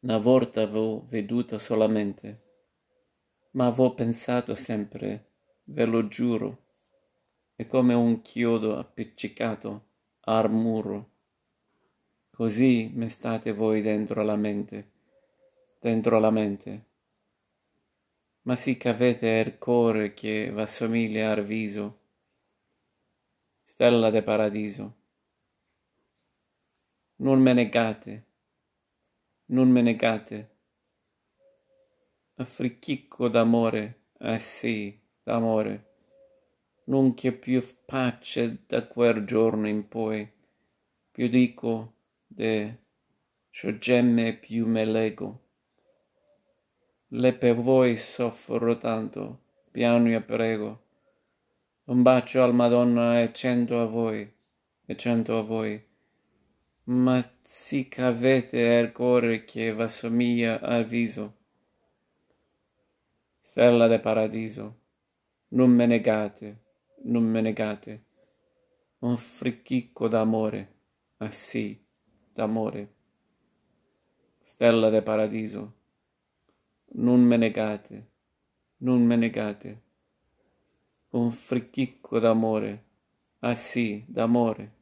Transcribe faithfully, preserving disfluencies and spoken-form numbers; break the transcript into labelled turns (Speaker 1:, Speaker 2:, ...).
Speaker 1: Una volta v'ho veduta solamente, ma v'ho pensato sempre, ve lo giuro, è come un chiodo appiccicato al muro. Così me state voi dentro la mente, dentro la mente. Ma sì che avete il core che v'assomiglia al viso, stella de paradiso. Non me negate, non me negate. Affricchicco d'amore, eh sì, d'amore. Non che più pace da quel giorno in poi, più dico de sciogemme più me lego. Le per voi soffro tanto, piano io prego. Un bacio al Madonna e cento a voi, e cento a voi. Ma sì che avete il cuore che v'assomiglia al viso, stella de paradiso. Non me negate, non me negate. Un fricchicco d'amore, ah sì, d'amore. Stella de paradiso. Non me negate, non me negate. Un fricchicco d'amore, ah sì, d'amore.